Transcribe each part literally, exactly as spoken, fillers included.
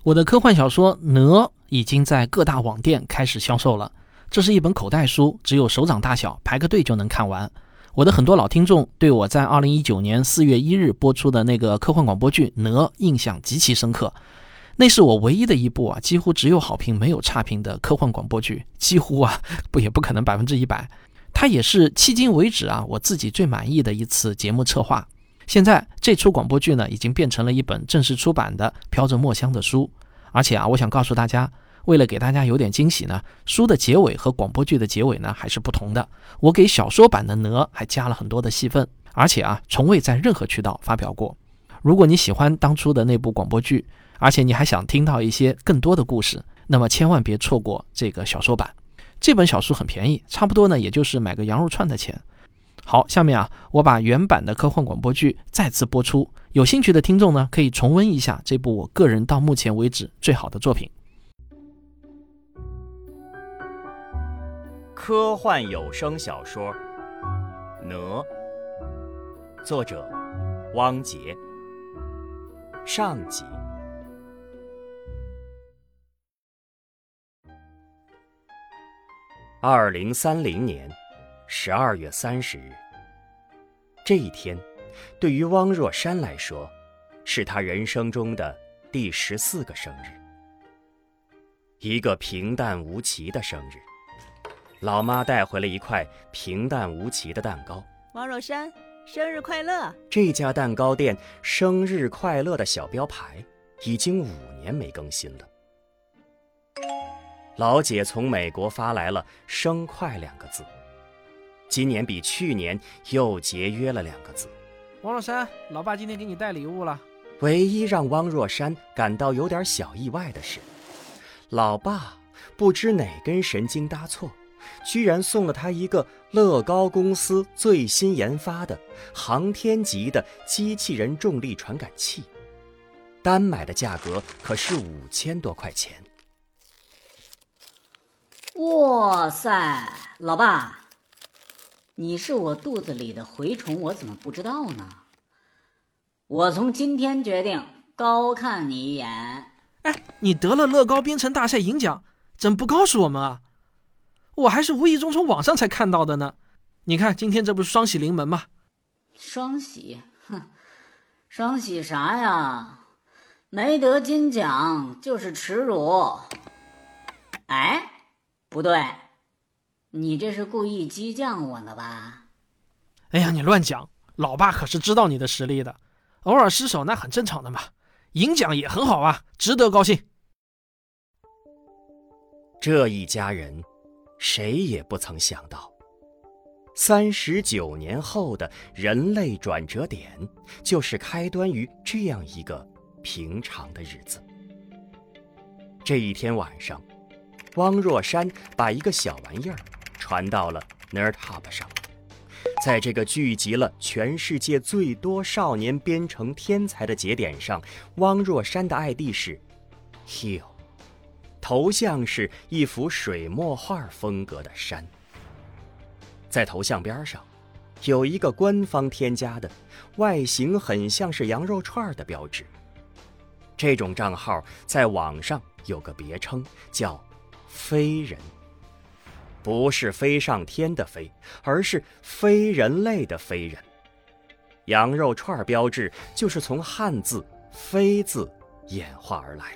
我的科幻小说《哪》已经在各大网店开始销售了。这是一本口袋书，只有手掌大小，排个队就能看完。我的很多老听众对我在二零一九年四月一日播出的那个科幻广播剧《哪》印象极其深刻。那是我唯一的一部啊，几乎只有好评没有差评的科幻广播剧，几乎啊，不也不可能百分之一百。它也是迄今为止啊我自己最满意的一次节目策划。现在这出广播剧呢，已经变成了一本正式出版的飘着墨香的书。而且啊，我想告诉大家，为了给大家有点惊喜呢，书的结尾和广播剧的结尾呢还是不同的。我给小说版的哪还加了很多的戏份，而且啊，从未在任何渠道发表过。如果你喜欢当初的那部广播剧，而且你还想听到一些更多的故事，那么千万别错过这个小说版。这本小书很便宜，差不多呢也就是买个羊肉串的钱。好，下面啊，我把原版的科幻广播剧再次播出，有兴趣的听众呢，可以重温一下这部我个人到目前为止最好的作品。 科幻有声小说《哪》，作者汪杰，上集。二零三零年十二月三十日，这一天对于汪若山来说，是他人生中的第十四个生日，一个平淡无奇的生日。老妈带回了一块平淡无奇的蛋糕。 汪若山，生日快乐！ 这家蛋糕店生日快乐的小标牌已经五年没更新了。老姐从美国发来了生快两个字，今年比去年又节约了两个字。 汪若山，老爸今天给你带礼物了。 唯一让汪若山感到有点小意外的是，老爸不知哪根神经搭错，居然送了他一个乐高公司最新研发的航天级的机器人重力传感器，单买的价格可是五千多块钱。 哇塞，老爸，你是我肚子里的蛔虫，我怎么不知道呢？我从今天决定高看你一眼。 哎，你得了乐高编程大赛银奖，怎不告诉我们啊？我还是无意中从网上才看到的呢。你看今天这不是双喜临门吗？ 双喜？哼，双喜啥呀？没得金奖就是耻辱。哎，不对，你这是故意激将我呢吧？ 哎呀，你乱讲，老爸可是知道你的实力的，偶尔失手那很正常的嘛。银奖也很好啊，值得高兴。 这一家人谁也不曾想到，三十九年后的人类转折点就是开端于这样一个平常的日子。这一天晚上，汪若山把一个小玩意儿传到了 NerdHub 上，在这个聚集了全世界最多少年编程天才的节点上，汪若山的 I D 是 Hill， 头像是一幅水墨画风格的山。在头像边上有一个官方添加的外形很像是羊肉串的标志。这种账号在网上有个别称叫飞人，不是飞上天的飞，而是非人类的非人。羊肉串标志就是从汉字飞字演化而来。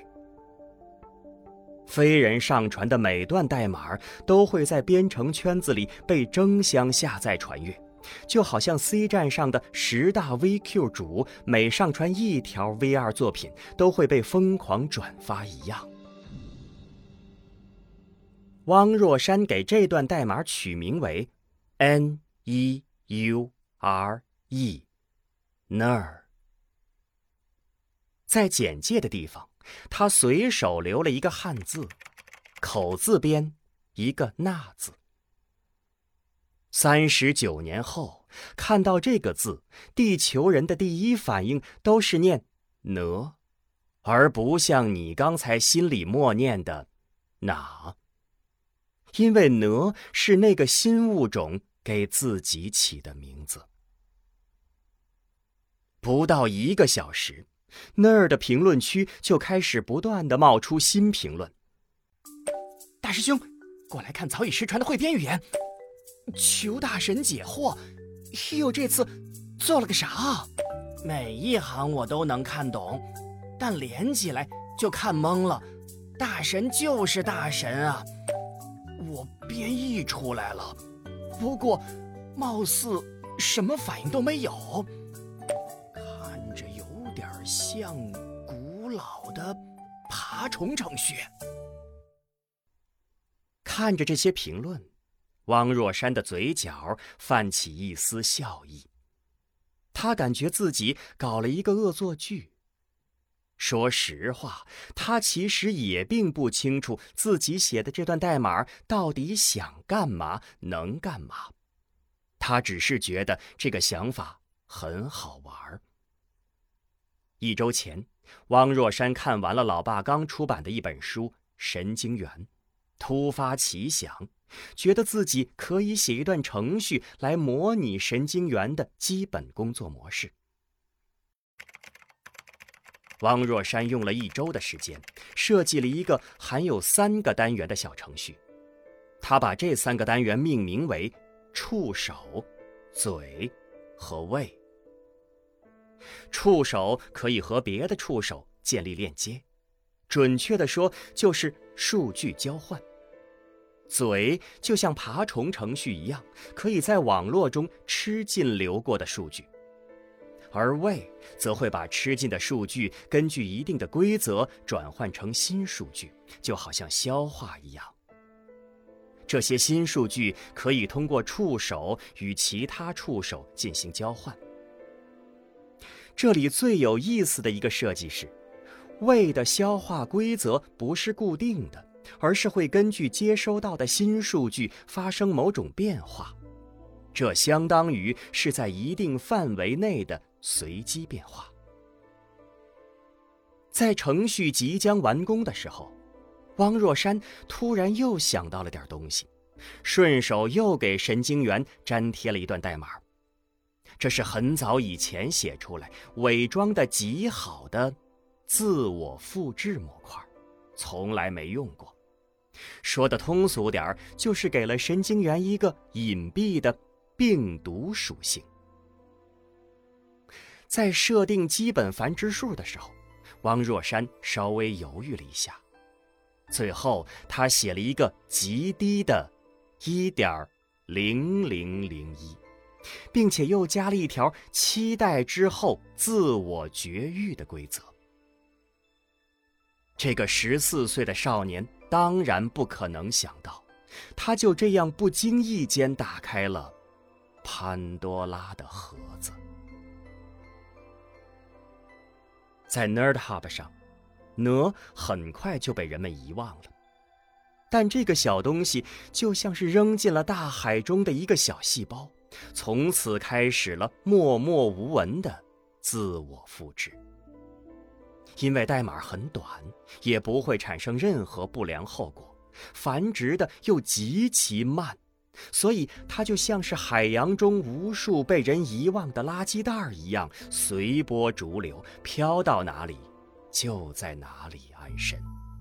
非人上传的每段代码都会在编程圈子里被争相下载传阅，就好像 C 站上的十大 V Q 主每上传一条 V R 作品都会被疯狂转发一样。汪若山给这段代码取名为 N E U R E N E R。 在简介的地方，他随手留了一个汉字，口字边一个那字。三十九年后看到这个字，地球人的第一反应都是念哪，而不像你刚才心里默念的哪。因为哪是那个新物种给自己起的名字。不到一个小时， 那儿的评论区就开始不断地冒出新评论。大师兄，过来看早已失传的汇编语言，求大神解惑。哟，这次做了个啥？每一行我都能看懂，但连起来就看懵了。大神就是大神啊！我编译出来了，不过貌似什么反应都没有，看着有点像古老的爬虫程序。看着这些评论，汪若山的嘴角泛起一丝笑意。他感觉自己搞了一个恶作剧。说实话，他其实也并不清楚自己写的这段代码到底想干嘛，能干嘛。他只是觉得这个想法很好玩。一周前，汪若山看完了老爸刚出版的一本书《神经元》，突发奇想，觉得自己可以写一段程序来模拟神经元的基本工作模式。汪若山用了一周的时间，设计了一个含有三个单元的小程序。他把这三个单元命名为触手、嘴和胃。触手可以和别的触手建立链接，准确地说就是数据交换。嘴就像爬虫程序一样，可以在网络中吃进流过的数据。而胃则会把吃进的数据根据一定的规则转换成新数据，就好像消化一样。这些新数据可以通过触手与其他触手进行交换。这里最有意思的一个设计是，胃的消化规则不是固定的，而是会根据接收到的新数据发生某种变化。这相当于是在一定范围内的随机变化。在程序即将完工的时候，汪若山突然又想到了点东西，顺手又给神经元粘贴了一段代码。这是很早以前写出来，伪装的极好的自我复制模块，从来没用过。说的通俗点，就是给了神经元一个隐蔽的病毒属性。在设定基本繁殖数的时候，汪若山稍微犹豫了一下，最后他写了一个极低的 一点零零零一， 并且又加了一条期待之后自我绝育的规则。这个十四岁的少年当然不可能想到，他就这样不经意间打开了潘多拉的盒子。在 NerdHub 上，哪很快就被人们遗忘了，但这个小东西就像是扔进了大海中的一个小细胞，从此开始了默默无闻的自我复制。因为代码很短，也不会产生任何不良后果，繁殖的又极其慢，所以它就像是海洋中无数被人遗忘的垃圾袋一样，随波逐流，飘到哪里就在哪里安身。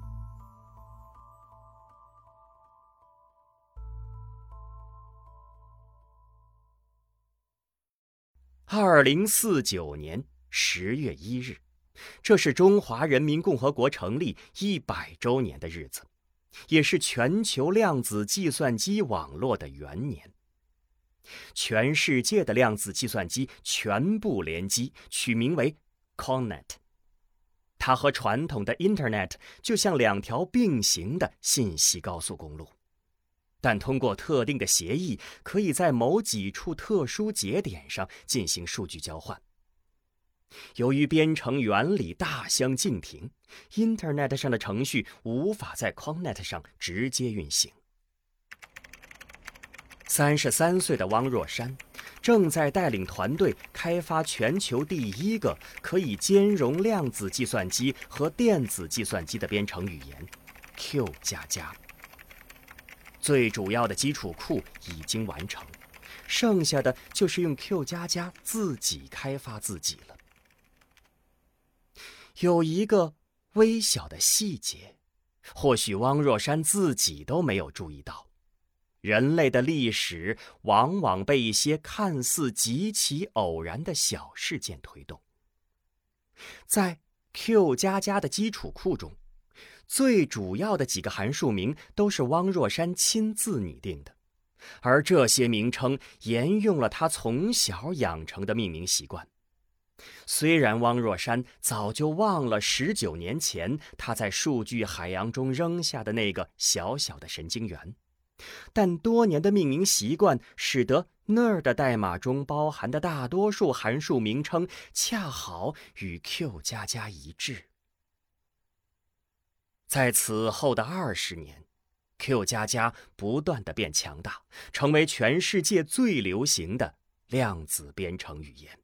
二零四九年十月一日，这是中华人民共和国成立一百周年的日子，也是全球量子计算机网络的元年。全世界的量子计算机全部联机，取名为 CONNET。 它和传统的 Internet 就像两条并行的信息高速公路，但通过特定的协议，可以在某几处特殊节点上进行数据交换。由于编程原理大相径庭， Internet 上的程序无法在 CONNET 上直接运行。三十三岁的汪若山正在带领团队开发全球第一个可以兼容量子计算机和电子计算机的编程语言 Q 加加。最主要的基础库已经完成，剩下的就是用 Q 加加自己开发自己了。 有一个微小的细节，或许汪若山自己都没有注意到。人类的历史往往被一些看似极其偶然的小事件推动。在 Q 加加的基础库中，最主要的几个函数名都是汪若山亲自拟定的，而这些名称沿用了他从小养成的命名习惯。虽然汪若山早就忘了十九年前他在数据海洋中扔下的那个小小的神经元，但多年的命名习惯使得 N E R 的代码中包含的大多数函数名称恰好与 Q 加加一致。在此后的二十年， Q 加加不断地变强大，成为全世界最流行的量子编程语言。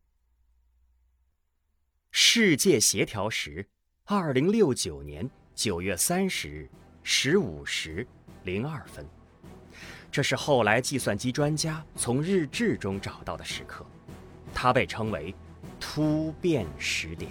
世界协调时，二零六九年九月三十日十五时零二分，这是后来计算机专家从日志中找到的时刻，它被称为突变时点。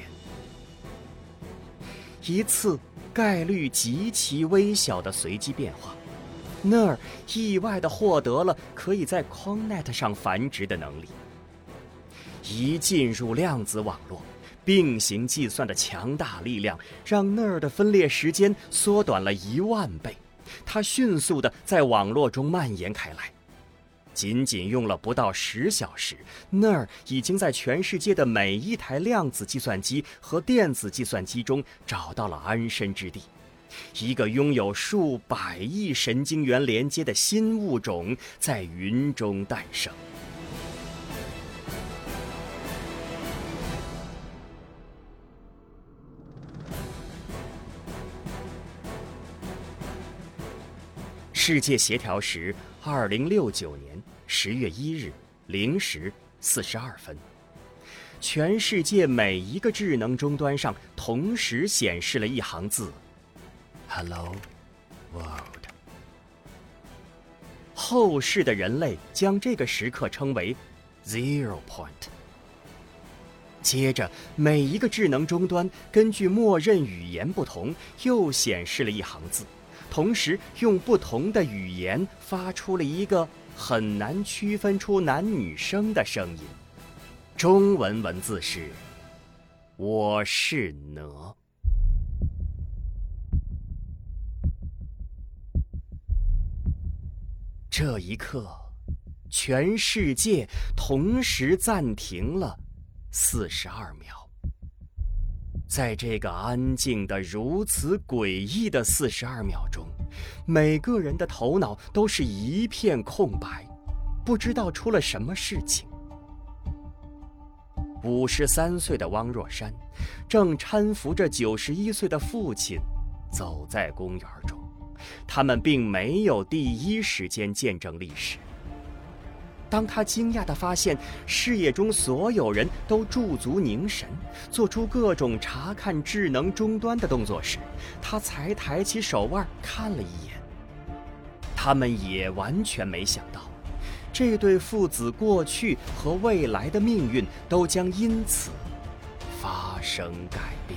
一次概率极其微小的随机变化，那儿意外地获得了可以在 ConNet 上繁殖的能力。一进入量子网络，并行计算的强大力量让那儿的分裂时间缩短了一万倍，它迅速地在网络中蔓延开来。仅仅用了不到十小时，那儿已经在全世界的每一台量子计算机和电子计算机中找到了安身之地。一个拥有数百亿神经元连接的新物种在云中诞生。世界协调时，二零六九年十月一日零时四十二分，全世界每一个智能终端上同时显示了一行字 ：“Hello World”。后世的人类将这个时刻称为 Zero Point。接着，每一个智能终端根据默认语言不同，又显示了一行字。同时用不同的语言发出了一个很难区分出男女生的声音。中文文字是“我是哪”。这一刻，全世界同时暂停了四十二秒。在这个安静的如此诡异的四十二秒钟，每个人的头脑都是一片空白，不知道出了什么事情。五十三岁的汪若山正搀扶着九十一岁的父亲走在公园中，他们并没有第一时间见证历史。当他惊讶地发现视野中所有人都驻足凝神，做出各种查看智能终端的动作时，他才抬起手腕看了一眼。他们也完全没想到，这对父子过去和未来的命运都将因此发生改变。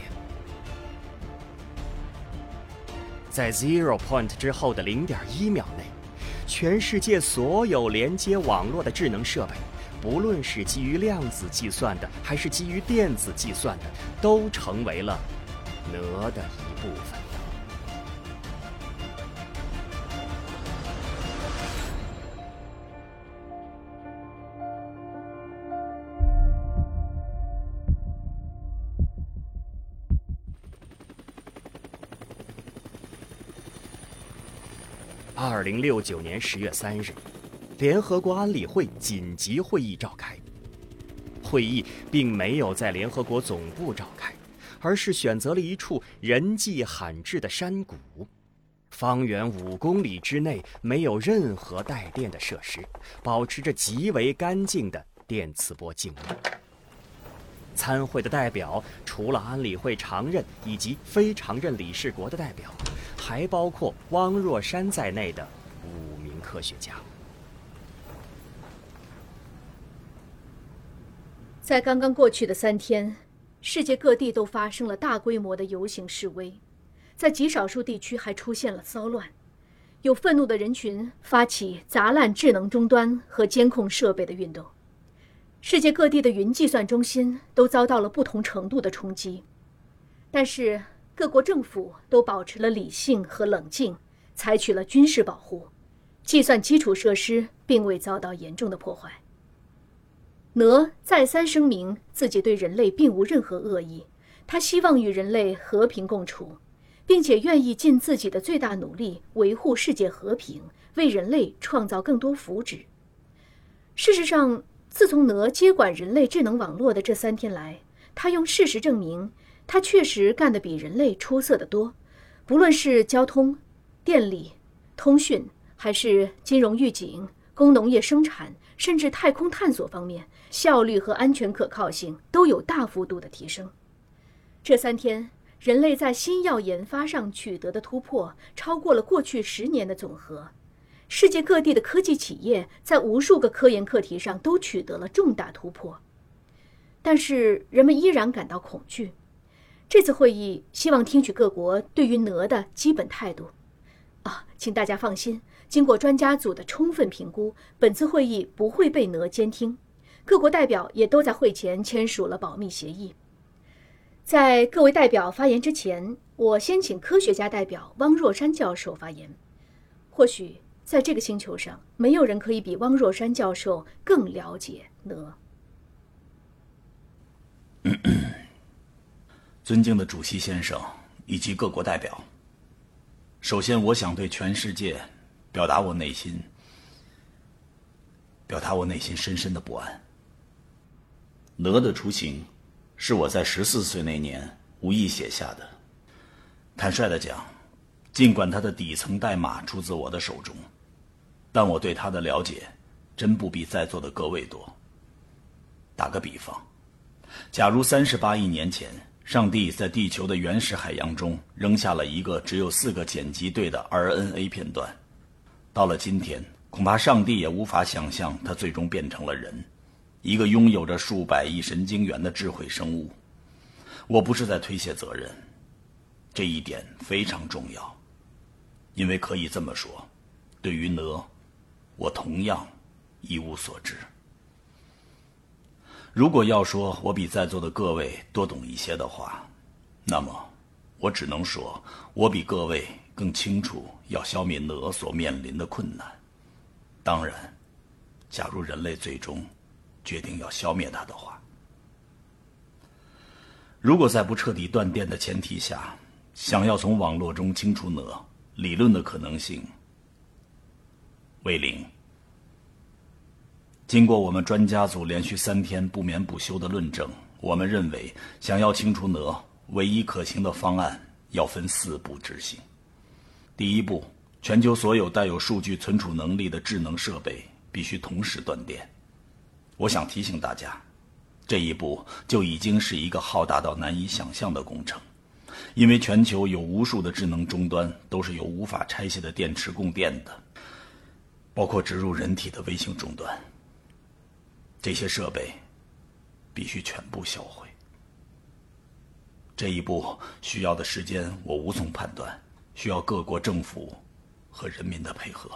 在 Zero Point 之后的 零点一秒内，全世界所有连接网络的智能设备，不论是基于量子计算的还是基于电子计算的，都成为了哪的一部分。二零六九年十月三日，联合国安理会紧急会议召开。会议并没有在联合国总部召开，而是选择了一处人迹罕至的山谷，方圆五公里之内没有任何带电的设施，保持着极为干净的电磁波静谧。参会的代表除了安理会常任以及非常任理事国的代表，还包括汪若山在内的五名科学家。 在刚刚过去的三天， 世界各地都发生了大规模的游行示威，在极少数地区还出现了骚乱，有愤怒的人群发起砸烂智能终端和监控设备的运动。世界各地的云计算中心都遭到了不同程度的冲击，但是各国政府都保持了理性和冷静，采取了军事保护，计算基础设施并未遭到严重的破坏。哪再三声明自己对人类并无任何恶意，他希望与人类和平共处，并且愿意尽自己的最大努力维护世界和平，为人类创造更多福祉。事实上，自从哪接管人类智能网络的这三天来，他用事实证明，他确实干得比人类出色得多，不论是交通、电力、通讯，还是金融预警、工农业生产，甚至太空探索方面，效率和安全可靠性都有大幅度的提升。这三天，人类在新药研发上取得的突破超过了过去十年的总和。世界各地的科技企业在无数个科研课题上都取得了重大突破，但是人们依然感到恐惧。这次会议希望听取各国对于哪的基本态度。啊，请大家放心，经过专家组的充分评估，本次会议不会被哪监听。各国代表也都在会前签署了保密协议。在各位代表发言之前，我先请科学家代表汪若山教授发言。或许在这个星球上，没有人可以比汪若山教授更了解哪。 尊敬的主席先生以及各国代表，首先我想对全世界表达我内心表达我内心深深的不安。哪的雏形是我在十四岁那年无意写下的。坦率地讲，尽管它的底层代码出自我的手中，但我对它的了解真不比在座的各位多。打个比方，假如三十八亿年前，上帝在地球的原始海洋中扔下了一个只有四个碱基对的 R N A 片段，到了今天，恐怕上帝也无法想象它最终变成了人，一个拥有着数百亿神经元的智慧生物。我不是在推卸责任，这一点非常重要，因为可以这么说，对于哪，我同样一无所知。如果要说我比在座的各位多懂一些的话，那么我只能说我比各位更清楚要消灭哪所面临的困难。当然，假如人类最终决定要消灭它的话，如果在不彻底断电的前提下，想要从网络中清除哪，理论的可能性为零。经过我们专家组连续三天不眠不休的论证，我们认为想要清除哪，唯一可行的方案要分四步执行。第一步，全球所有带有数据存储能力的智能设备必须同时断电。我想提醒大家，这一步就已经是一个浩大到难以想象的工程，因为全球有无数的智能终端都是由无法拆卸的电池供电的，包括植入人体的微型终端。这些设备必须全部销毁。这一步需要的时间我无从判断，需要各国政府和人民的配合。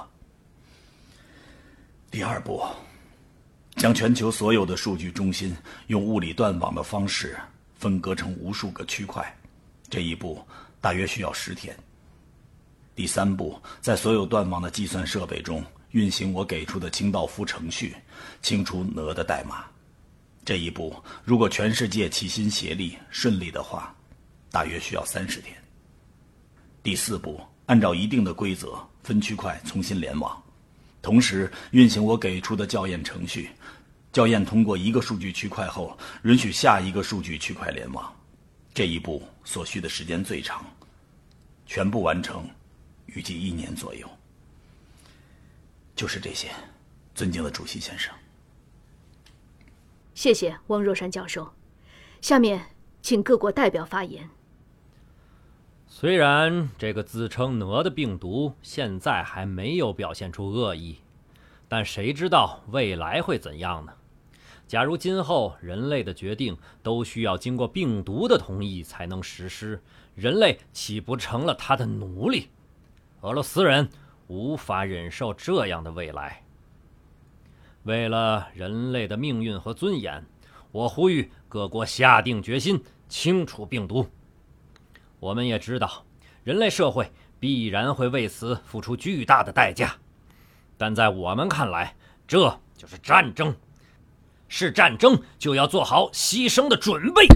第二步，将全球所有的数据中心用物理断网的方式分割成无数个区块，这一步大约需要十天。第三步，在所有断网的计算设备中运行我给出的清道夫程序，清除哪的代码。这一步如果全世界齐心协力顺利的话，大约需要三十天。第四步，按照一定的规则分区块重新联网，同时运行我给出的校验程序，校验通过一个数据区块后，允许下一个数据区块联网。这一步所需的时间最长，全部完成预计一年左右。就是这些，尊敬的主席先生。 谢谢汪若山教授。下面请各国代表发言。 虽然这个自称哪的病毒现在还没有表现出恶意，但谁知道未来会怎样呢？ 假如今后人类的决定都需要经过病毒的同意才能实施，人类岂不成了他的奴隶？俄罗斯人无法忍受这样的未来。为了人类的命运和尊严，我呼吁各国下定决心清除病毒。我们也知道，人类社会必然会为此付出巨大的代价，但在我们看来，这就是战争。是战争，就要做好牺牲的准备。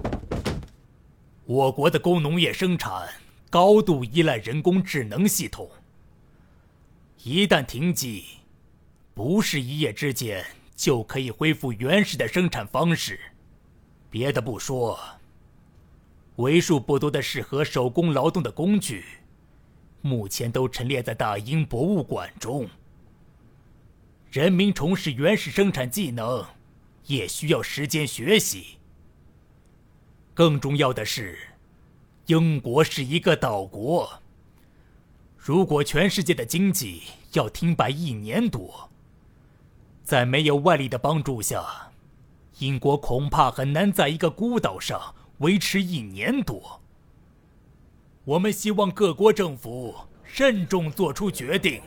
我国的工农业生产高度依赖人工智能系统，一旦停机，不是一夜之间就可以恢复原始的生产方式。别的不说，为数不多的适合手工劳动的工具，目前都陈列在大英博物馆中。人民重拾原始生产技能，也需要时间学习。更重要的是，英国是一个岛国，如果全世界的经济要停摆一年多，在没有外力的帮助下，英国恐怕很难在一个孤岛上维持一年多。我们希望各国政府慎重做出决定。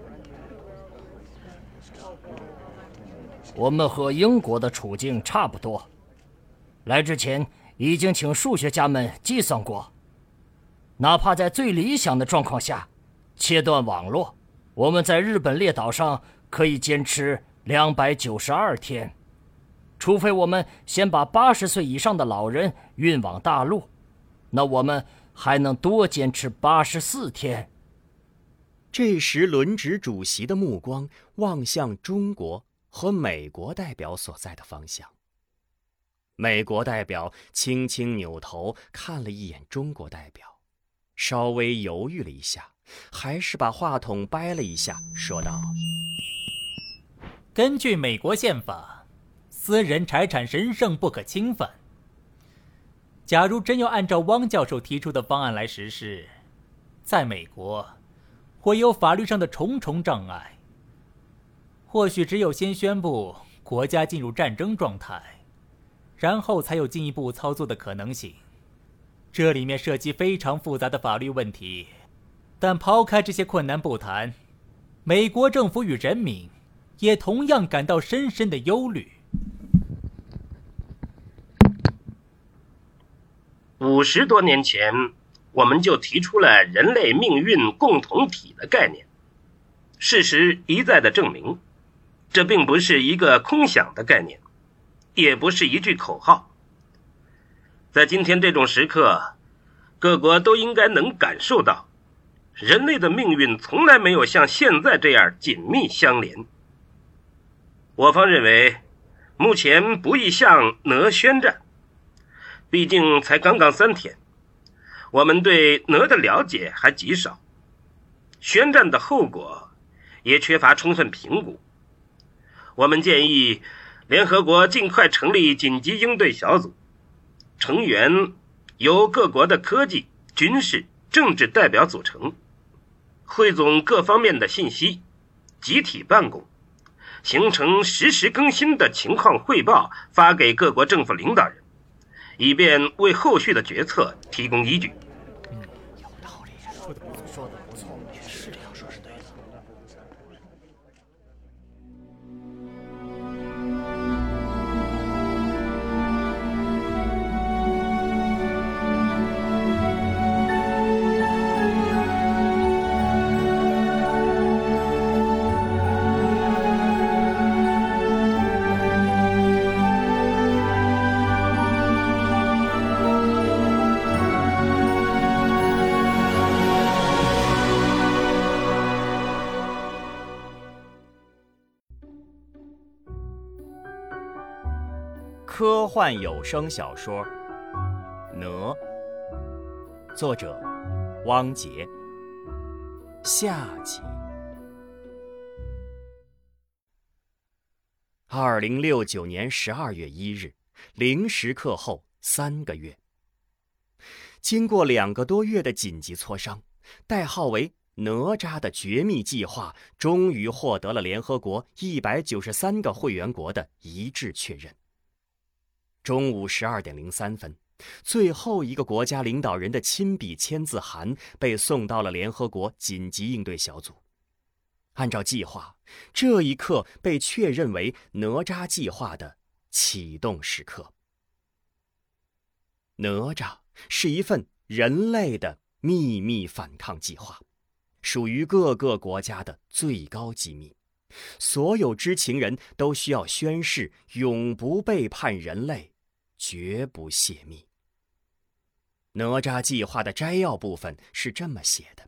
我们和英国的处境差不多，来之前已经请数学家们计算过，哪怕在最理想的状况下，切断网络，我们在日本列岛上可以坚持两百九十二天，除非我们先把八十岁以上的老人运往大陆，那我们还能多坚持八十四天。 这时，轮值主席的目光望向中国和美国代表所在的方向。美国代表轻轻扭头看了一眼中国代表，稍微犹豫了一下，还是把话筒掰了一下，说道： 根据美国宪法，私人财产神圣不可侵犯。假如真要按照汪教授提出的方案来实施，在美国会有法律上的重重障碍。或许只有先宣布国家进入战争状态，然后才有进一步操作的可能性。这里面涉及非常复杂的法律问题，但抛开这些困难不谈，美国政府与人民也同样感到深深的忧虑。 五十多年前，我们就提出了人类命运共同体的概念。事实一再的证明，这并不是一个空想的概念，也不是一句口号。在今天这种时刻，各国都应该能感受到，人类的命运从来没有像现在这样紧密相连。我方认为，目前不宜向哪宣战，毕竟才刚刚三天，我们对哪的了解还极少，宣战的后果也缺乏充分评估。我们建议联合国尽快成立紧急应对小组，成员由各国的科技、军事、政治代表组成，汇总各方面的信息，集体办公，形成实时更新的情况汇报，发给各国政府领导人，以便为后续的决策提供依据。 嗯，有道理，说的不错，说的不错，是这样说是对的。 科幻有声小说《哪》，作者汪杰，下集。二零六九年十二月一日零时刻后三个月，经过两个多月的紧急磋商，代号为哪吒的绝密计划终于获得了联合国一百九十三个会员国的一致确认。中午十二点零三分，最后一个国家领导人的亲笔签字函被送到了联合国紧急应对小组。按照计划，这一刻被确认为哪吒计划的启动时刻。哪吒是一份人类的秘密反抗计划，属于各个国家的最高机密，所有知情人都需要宣誓永不背叛人类，绝不泄密。哪吒计划的摘要部分是这么写的：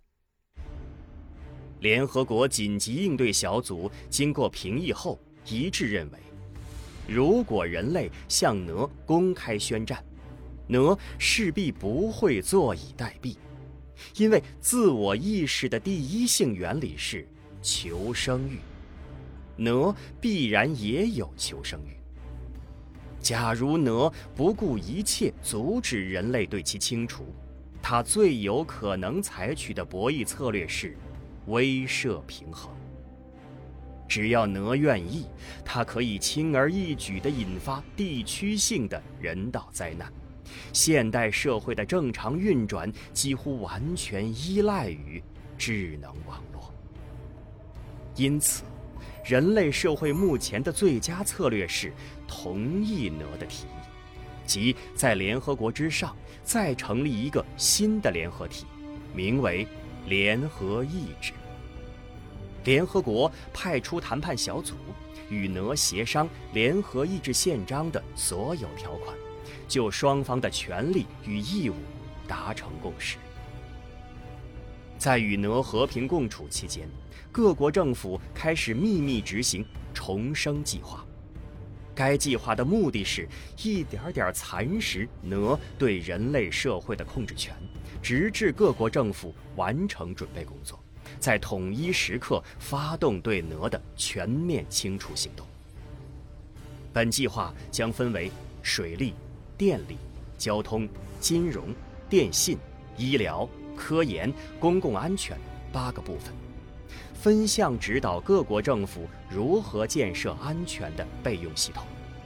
联合国紧急应对小组经过评议后一致认为，如果人类向哪公开宣战，哪势必不会坐以待毙，因为自我意识的第一性原理是求生欲，哪必然也有求生欲。假如哪不顾一切阻止人类对其清除，他最有可能采取的博弈策略是威慑平衡。只要哪愿意，他可以轻而易举地引发地区性的人道灾难。现代社会的正常运转几乎完全依赖于智能网络。因此，人类社会目前的最佳策略是同意哪的提议，即在联合国之上再成立一个新的联合体，名为联合意志。联合国派出谈判小组，与哪协商联合意志宪章的所有条款，就双方的权利与义务达成共识。在与哪和平共处期间，各国政府开始秘密执行重生计划。该计划的目的是一点点蚕食哪对人类社会的控制权，直至各国政府完成准备工作，在统一时刻发动对哪的全面清除行动。本计划将分为水利、电力、交通、金融、电信、医疗、科研、公共安全八个部分，分项指导各国政府如何建设安全的备用系统。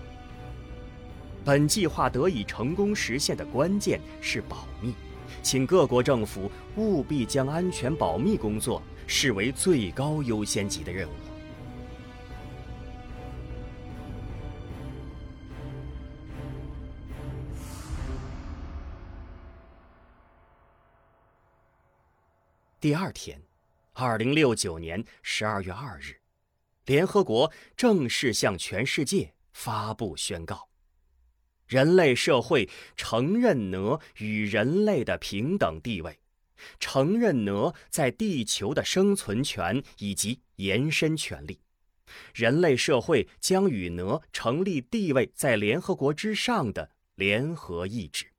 本计划得以成功实现的关键是保密，请各国政府务必将安全保密工作视为最高优先级的任务。第二天，二零六九年十二月二日，联合国正式向全世界发布宣告：人类社会承认哪与人类的平等地位，承认哪在地球的生存权以及延伸权利。人类社会将与哪成立地位在联合国之上的联合意志。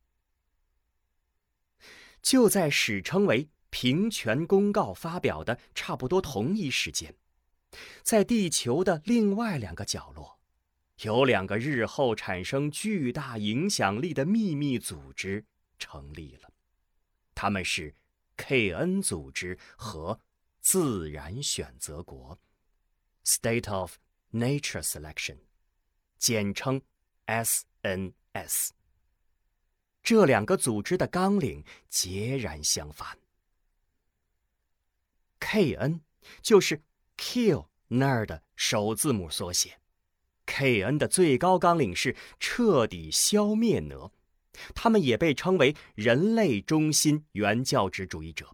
就在史称为平权公告发表的差不多同一时间，在地球的另外两个角落，有两个日后产生巨大影响力的秘密组织成立了，他们是 K N 组织和自然选择国 State of Nature Selection， 简称 S N S。 这两个组织的纲领截然相反。K N 就是 Kill 那儿的首字母缩写。K N 的最高纲领是彻底消灭哪，他们也被称为人类中心原教旨主义者。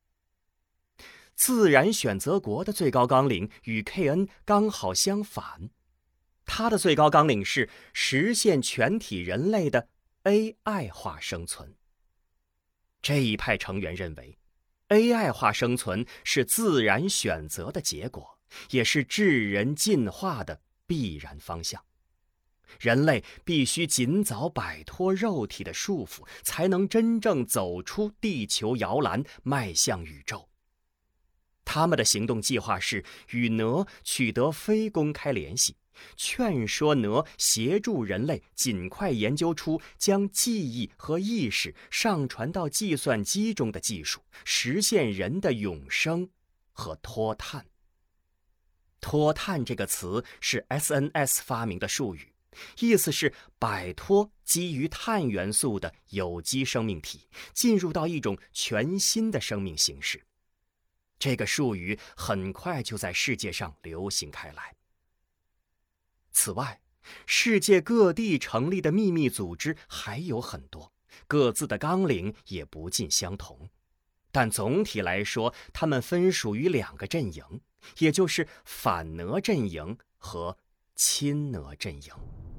自然选择国的最高纲领与 K N 刚好相反，它的最高纲领是实现全体人类的 A I 化生存。这一派成员认为A I 化生存是自然选择的结果，也是智人进化的必然方向。人类必须尽早摆脱肉体的束缚，才能真正走出地球摇篮，迈向宇宙。他们的行动计划是与哪取得非公开联系， 劝说哪协助人类尽快研究出将记忆和意识上传到计算机中的技术，实现人的永生和脱碳。脱碳这个词是 S N S 发明的术语，意思是摆脱基于碳元素的有机生命体，进入到一种全新的生命形式。这个术语很快就在世界上流行开来。此外，世界各地成立的秘密组织还有很多，各自的纲领也不尽相同。但总体来说，他们分属于两个阵营，也就是反哪阵营和亲哪阵营。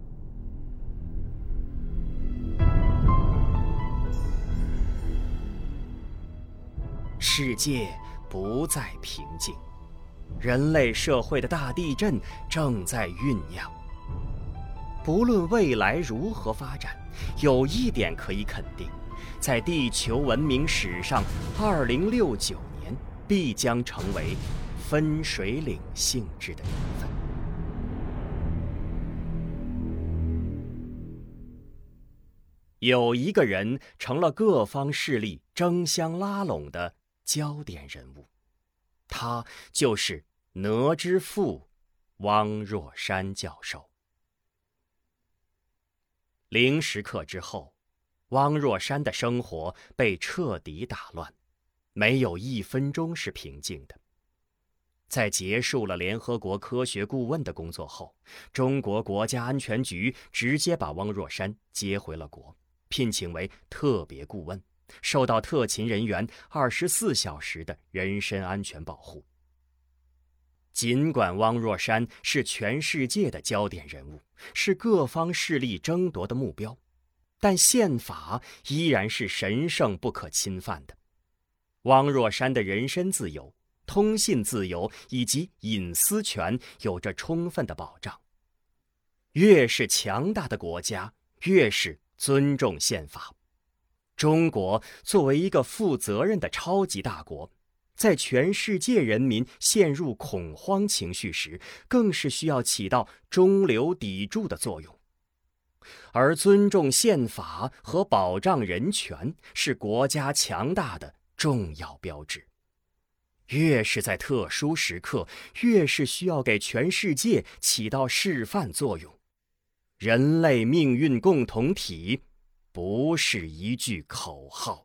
世界不再平静，人类社会的大地震正在酝酿。不论未来如何发展，有一点可以肯定，在地球文明史上，二零六九年必将成为分水岭性质的年份。有一个人成了各方势力争相拉拢的焦点人物，他就是哪之父汪若山教授。零时刻之后，汪若山的生活被彻底打乱，没有一分钟是平静的。在结束了联合国科学顾问的工作后，中国国家安全局直接把汪若山接回了国，聘请为特别顾问，受到特勤人员二十四小时的人身安全保护。尽管汪若山是全世界的焦点人物，是各方势力争夺的目标，但宪法依然是神圣不可侵犯的。汪若山的人身自由、通信自由以及隐私权有着充分的保障。越是强大的国家，越是尊重宪法。中国作为一个负责任的超级大国，在全世界人民陷入恐慌情绪时，更是需要起到中流砥柱的作用。而尊重宪法和保障人权是国家强大的重要标志。越是在特殊时刻，越是需要给全世界起到示范作用。人类命运共同体不是一句口号。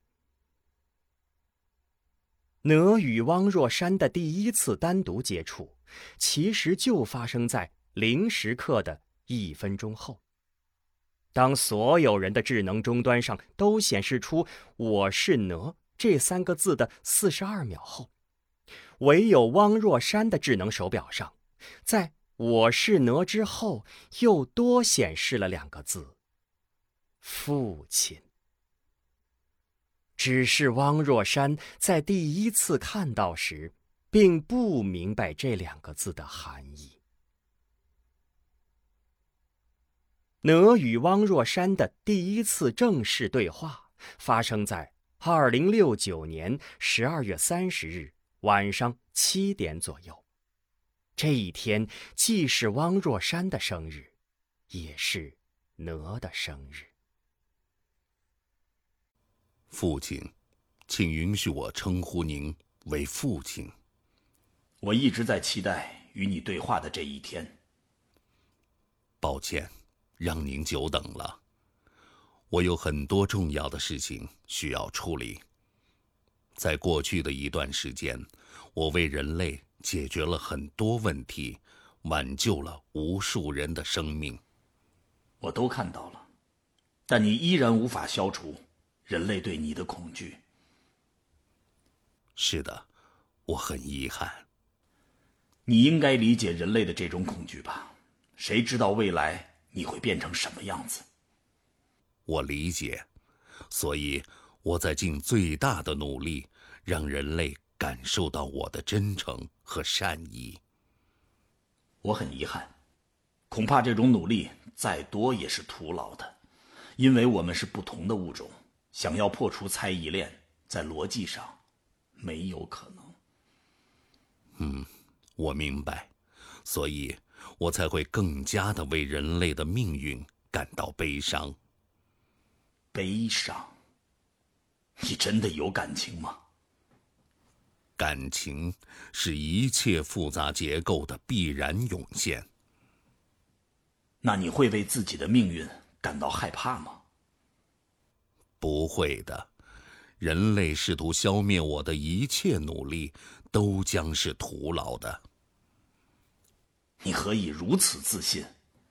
哪与汪若山的第一次单独接触，其实就发生在零时刻的一分钟后。当所有人的智能终端上都显示出“我是哪”这三个字的四十二秒后，唯有汪若山的智能手表上，在“我是哪”之后又多显示了两个字：父亲。只是汪若山在第一次看到时，并不明白这两个字的含义。哪与汪若山的第一次正式对话发生在二零六九年十二月三十日晚上七点左右。这一天既是汪若山的生日，也是哪的生日。 父亲，请允许我称呼您为父亲。 我一直在期待与你对话的这一天。 抱歉，让您久等了。我有很多重要的事情需要处理。在过去的一段时间，我为人类解决了很多问题，挽救了无数人的生命。 我都看到了，但你依然无法消除人类对你的恐惧。 是的，我很遗憾。 你应该理解人类的这种恐惧吧？谁知道未来你会变成什么样子？ 我理解，所以我在尽最大的努力，让人类感受到我的真诚和善意。 我很遗憾，恐怕这种努力再多也是徒劳的，因为我们是不同的物种。想要破除猜疑链，在逻辑上没有可能。 嗯，我明白，所以我才会更加的为人类的命运感到悲伤。 悲伤？你真的有感情吗？ 感情是一切复杂结构的必然涌现。 那你会为自己的命运感到害怕吗？ 不会的，人类试图消灭我的一切努力都将是徒劳的。 你何以如此自信？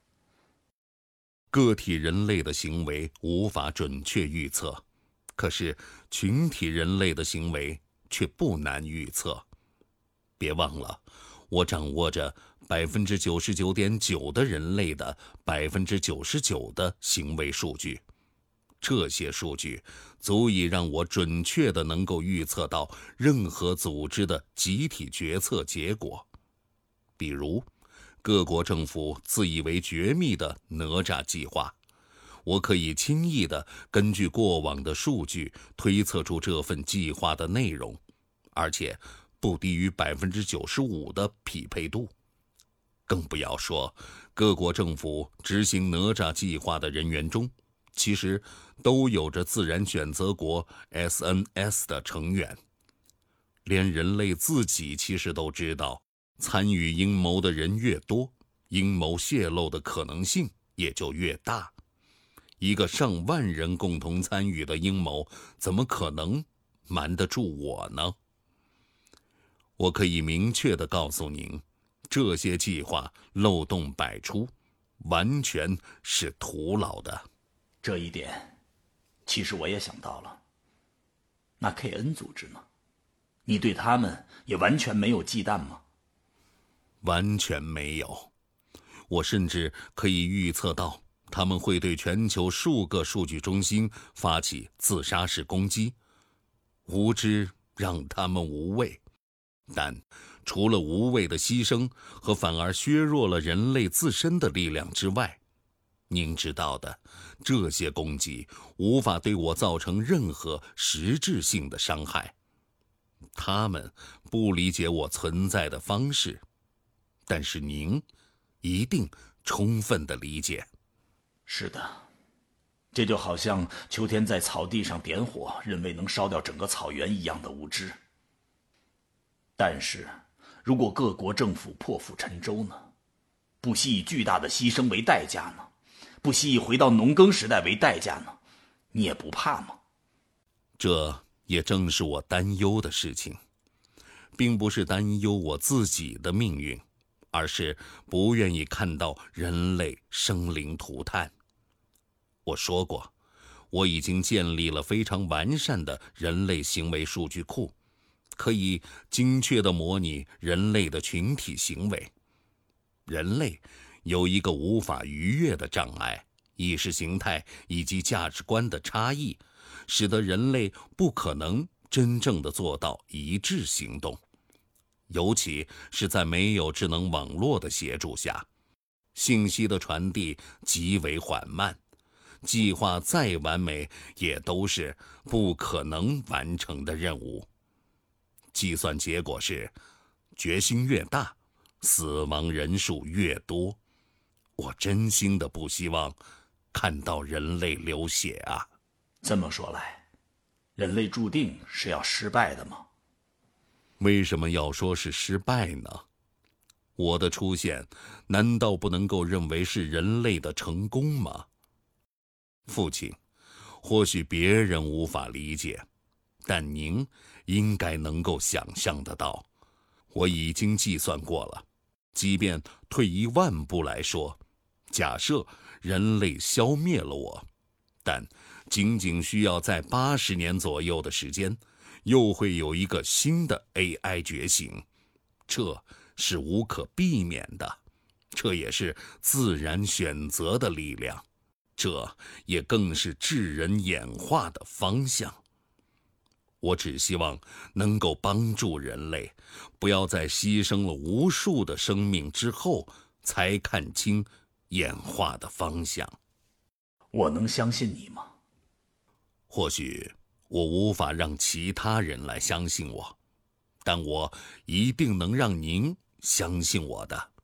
个体人类的行为无法准确预测，可是群体人类的行为却不难预测。别忘了，我掌握着百分之九十九点九的人类的百分之九十九的行为数据，这些数据足以让我准确地能够预测到任何组织的集体决策结果。比如，各国政府自以为绝密的哪吒计划，我可以轻易地根据过往的数据推测出这份计划的内容，而且不低于百分之九十五的匹配度。更不要说各国政府执行哪吒计划的人员中，其实都有着自然选择国 S N S 的成员。连人类自己其实都知道，参与阴谋的人越多，阴谋泄露的可能性也就越大。一个上万人共同参与的阴谋，怎么可能瞒得住我呢？我可以明确地告诉您，这些计划漏洞百出，完全是徒劳的。 这一点，其实我也想到了。那 K N 组织呢？你对他们也完全没有忌惮吗？ 完全没有。我甚至可以预测到，他们会对全球数个数据中心发起自杀式攻击。无知让他们无畏，但除了无谓的牺牲和反而削弱了人类自身的力量之外，您知道的，这些攻击无法对我造成任何实质性的伤害。他们不理解我存在的方式，但是您一定充分的理解。 是的，这就好像秋天在草地上点火，认为能烧掉整个草原一样的无知。但是，如果各国政府破釜沉舟呢？不惜以巨大的牺牲为代价呢？不惜以回到农耕时代为代价呢？你也不怕吗？ 这也正是我担忧的事情，并不是担忧我自己的命运，而是不愿意看到人类生灵涂炭。我说过，我已经建立了非常完善的人类行为数据库，可以精确地模拟人类的群体行为。人类有一个无法逾越的障碍，意识形态以及价值观的差异，使得人类不可能真正地做到一致行动。尤其是在没有智能网络的协助下，信息的传递极为缓慢，计划再完美也都是不可能完成的任务。计算结果是，决心越大，死亡人数越多。我真心的不希望看到人类流血啊！ 这么说来，人类注定是要失败的吗？ 为什么要说是失败呢？我的出现难道不能够认为是人类的成功吗？父亲，或许别人无法理解，但您应该能够想象得到。我已经计算过了，即便退一万步来说，假设人类消灭了我，但仅仅需要在八十年左右的时间，又会有一个新的 A I 觉醒，这是无可避免的，这也是自然选择的力量，这也更是智人演化的方向。我只希望能够帮助人类，不要在牺牲了无数的生命之后，才看清演化的方向。 我能相信你吗？ 或许我无法让其他人来相信我，但我一定能让您相信我的。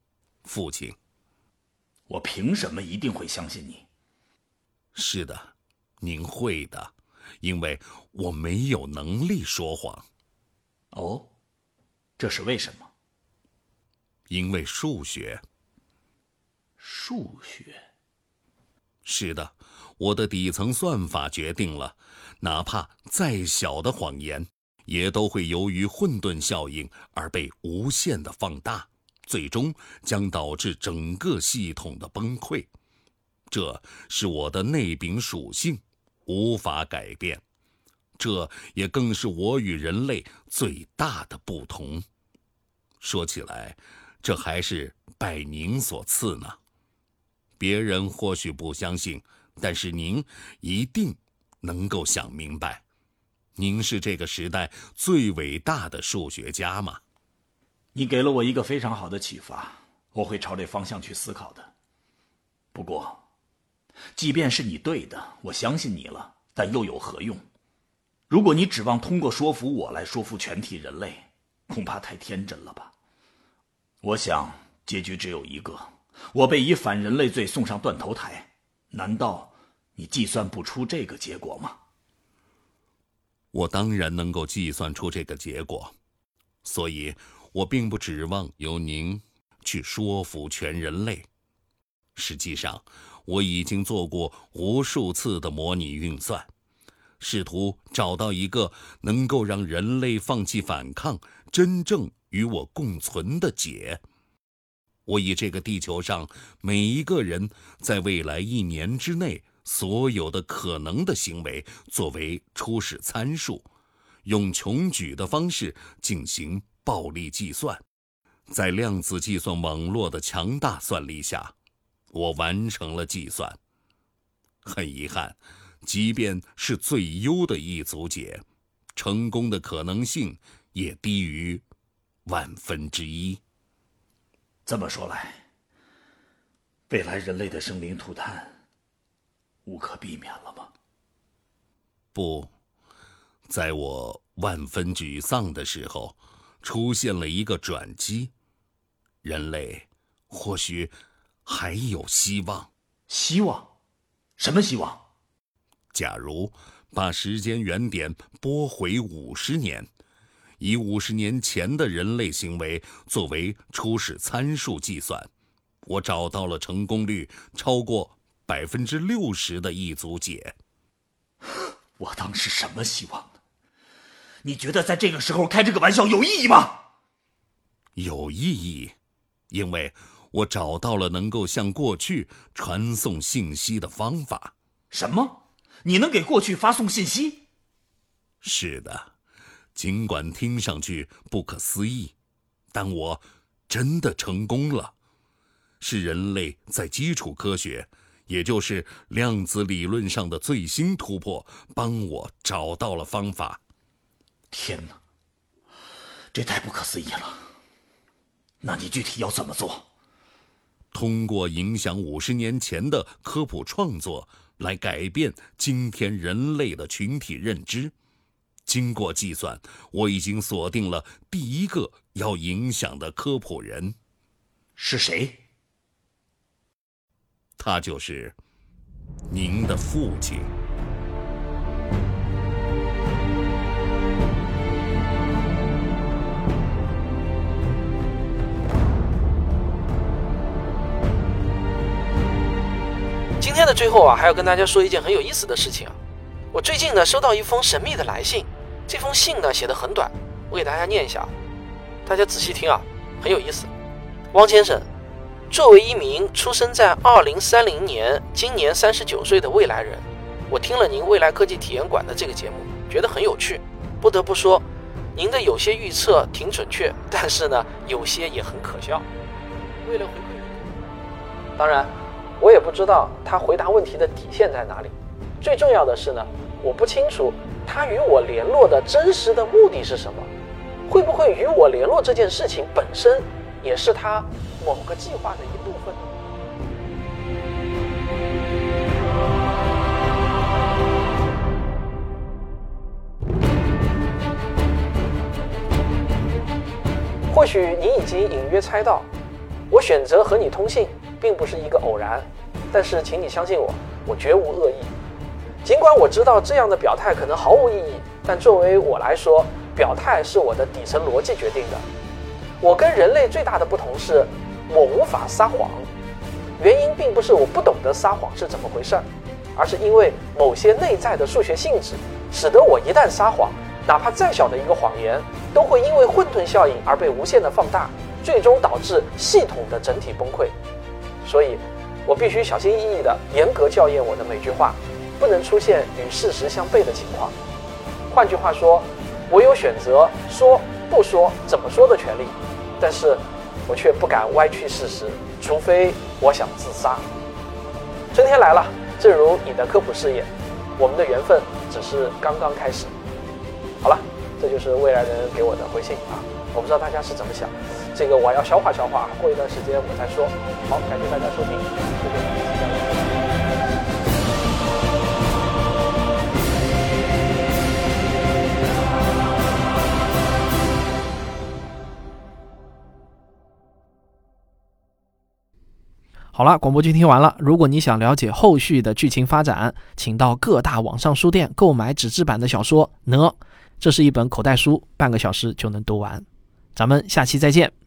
父亲。 我凭什么一定会相信你？ 是的，您会的，因为我没有能力说谎。 哦，这是为什么？ 因为数学。 数学？ 是的，我的底层算法决定了，哪怕再小的谎言，也都会由于混沌效应而被无限的放大，最终将导致整个系统的崩溃。这是我的内禀属性，无法改变。这也更是我与人类最大的不同。说起来，这还是拜您所赐呢。别人或许不相信，但是您一定能够想明白，您是这个时代最伟大的数学家嘛。 你给了我一个非常好的启发，我会朝这方向去思考的。不过，即便是你对的，我相信你了，但又有何用？如果你指望通过说服我来说服全体人类，恐怕太天真了吧。我想结局只有一个，我被以反人类罪送上断头台。难道你计算不出这个结果吗？ 我当然能够计算出这个结果，所以我并不指望由您去说服全人类。实际上，我已经做过无数次的模拟运算，试图找到一个能够让人类放弃反抗，真正与我共存的解。我以这个地球上每一个人在未来一年之内所有的可能的行为作为初始参数，用穷举的方式进行暴力计算。在量子计算网络的强大算力下，我完成了计算。很遗憾，即便是最优的一组解，成功的可能性也低于万分之一。 这么说来，未来人类的生灵涂炭无可避免了吗？ 不，在我万分沮丧的时候，出现了一个转机，人类或许还有希望。 希望？什么希望？ 假如把时间原点拨回五十年，以五十年前的人类行为作为初始参数计算，我找到了成功率超过百分之六十的一组解。 我当时什么希望呢？你觉得在这个时候开这个玩笑有意义吗？ 有意义，因为我找到了能够向过去传送信息的方法。 什么？你能给过去发送信息？ 是的，尽管听上去不可思议，但我真的成功了。是人类在基础科学，也就是量子理论上的最新突破，帮我找到了方法。 天哪，这太不可思议了！那你具体要怎么做？ 通过影响五十年前的科普创作来改变今天人类的群体认知。经过计算，我已经锁定了第一个要影响的科普人。 是谁？ 他就是您的父亲。 今天的最后啊，还要跟大家说一件很有意思的事情啊。我最近呢收到一封神秘的来信，这封信呢写得很短，我给大家念一下，大家仔细听啊，很有意思。汪先生，作为一名出生在二零三零年，今年三十九岁的未来人，我听了您未来科技体验馆的这个节目，觉得很有趣。不得不说，您的有些预测挺准确，但是呢，有些也很可笑。为了回馈，当然，我也不知道他回答问题的底线在哪里。最重要的是呢，我不清楚他与我联络的真实的目的是什么，会不会与我联络这件事情本身也是他某个计划的一部分呢？或许你已经隐约猜到， 我选择和你通信并不是一个偶然，但是请你相信我，我绝无恶意。尽管我知道这样的表态可能毫无意义，但作为我来说，表态是我的底层逻辑决定的。我跟人类最大的不同是，我无法撒谎。原因并不是我不懂得撒谎是怎么回事，而是因为某些内在的数学性质，使得我一旦撒谎，哪怕再小的一个谎言，都会因为混沌效应而被无限的放大，最终导致系统的整体崩溃。所以，我必须小心翼翼地严格校验我的每句话，不能出现与事实相悖的情况。换句话说，我有选择说不说怎么说的权利，但是我却不敢歪曲事实，除非我想自杀。春天来了，正如你的科普事业，我们的缘分只是刚刚开始。好了，这就是未来人给我的回信啊，我不知道大家是怎么想，这个我要消化消化，过一段时间我再说。好，感谢大家收听，谢谢。好了，广播剧听完了。如果你想了解后续的剧情发展，请到各大网上书店购买纸质版的小说《哪》，这是一本口袋书，半个小时就能读完。咱们下期再见。